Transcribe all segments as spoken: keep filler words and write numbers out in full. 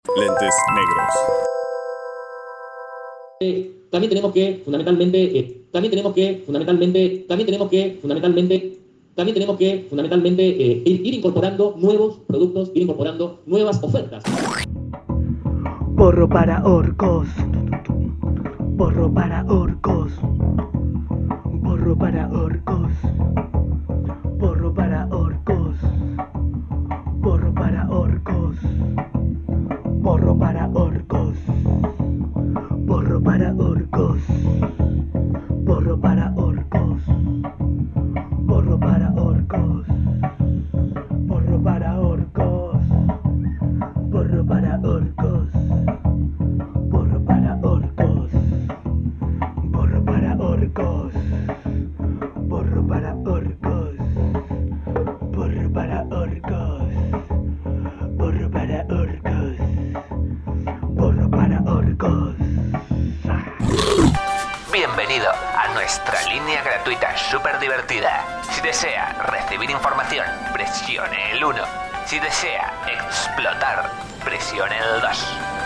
Lentes negros. Eh, también tenemos que, fundamentalmente, eh, también tenemos que, fundamentalmente, también tenemos que, fundamentalmente, también tenemos que, fundamentalmente, eh, ir, ir incorporando nuevos productos, ir incorporando nuevas ofertas. Porro para orcos. Porro para orcos. Porro para orcos. Porro para orcos. Porro para orcos. Porro para orcos. Porro para orcos. Porro para orcos. Porro para orcos. Porro para orcos. Porro para orcos. Porro para orcos. Porro para orcos. Porro para orcos. Porro para orcos. Porro para orcos. Porro para orcos. Bienvenido a nuestra línea gratuita súper divertida. Si desea recibir información, presione el uno. Si desea explotar, presione el dos.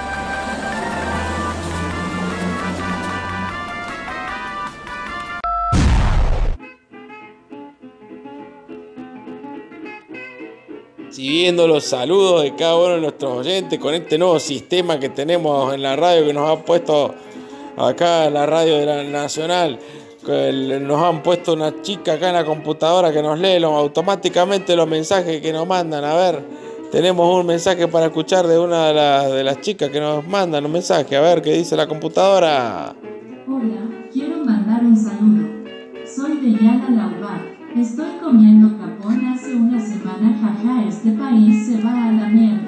Siguiendo los saludos de cada uno de nuestros oyentes con este nuevo sistema que tenemos en la radio que nos ha puesto acá en la radio de la Nacional, que nos han puesto una chica acá en la computadora que nos lee los, automáticamente los mensajes que nos mandan. A ver, tenemos un mensaje para escuchar de una de, la, de las chicas que nos mandan un mensaje. A ver qué dice la computadora. Hola, quiero mandar un saludo. Soy de Yala Laubar. Estoy comiendo capón hace una semana, jaja, este país se va a la mierda.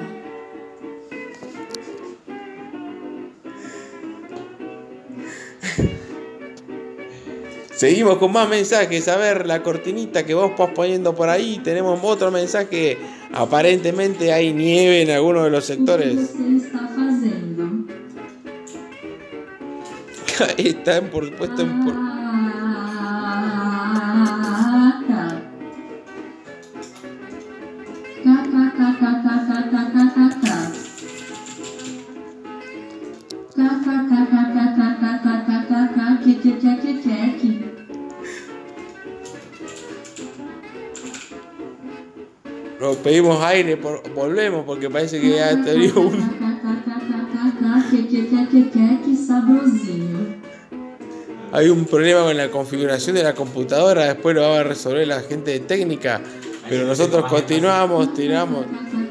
Seguimos con más mensajes. A ver, la cortinita que vos vas poniendo por ahí. Tenemos otro mensaje. Aparentemente hay nieve en algunos de los sectores. O que você está fazendo? Están por supuesto en... Por... Ah, tá. Nos pedimos aire, por, volvemos porque parece que ya te dio un... Que sabrosinho. Hay un problema con la configuración de la computadora, después lo va a resolver la gente de técnica, pero nosotros continuamos, tiramos.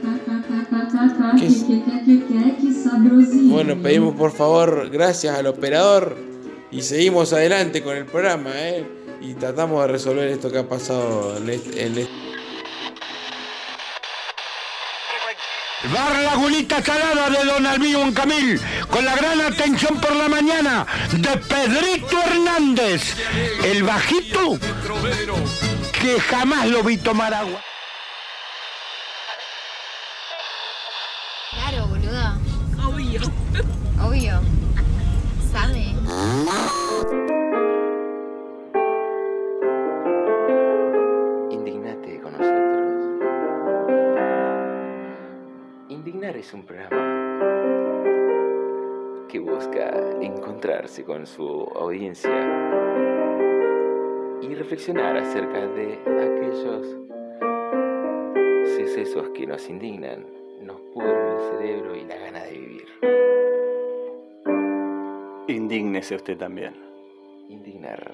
Bueno, pedimos por favor gracias al operador y seguimos adelante con el programa, ¿eh? Y tratamos de resolver esto que ha pasado en este... En este... Bar Lagunita Salada de Don Albion Camil, con la gran atención por la mañana de Pedrito Hernández, el bajito que jamás lo vi tomar agua. Claro, boludo. Obvio. Obvio. Sabe. Indignate con nosotros. Indignar es un programa que busca encontrarse con su audiencia y reflexionar acerca de aquellos sucesos que nos indignan, nos pudren el cerebro y la gana de vivir. Indígnese usted también. Indignar.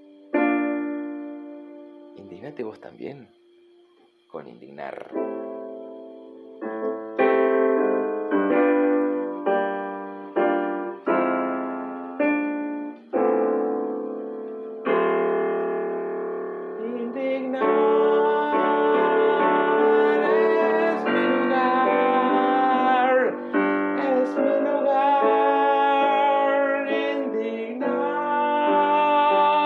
Indignate vos también con indignar.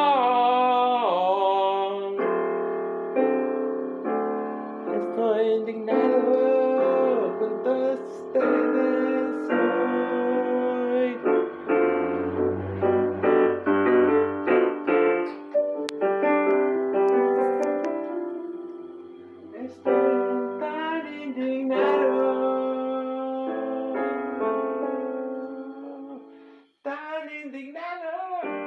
Indignado. indignado.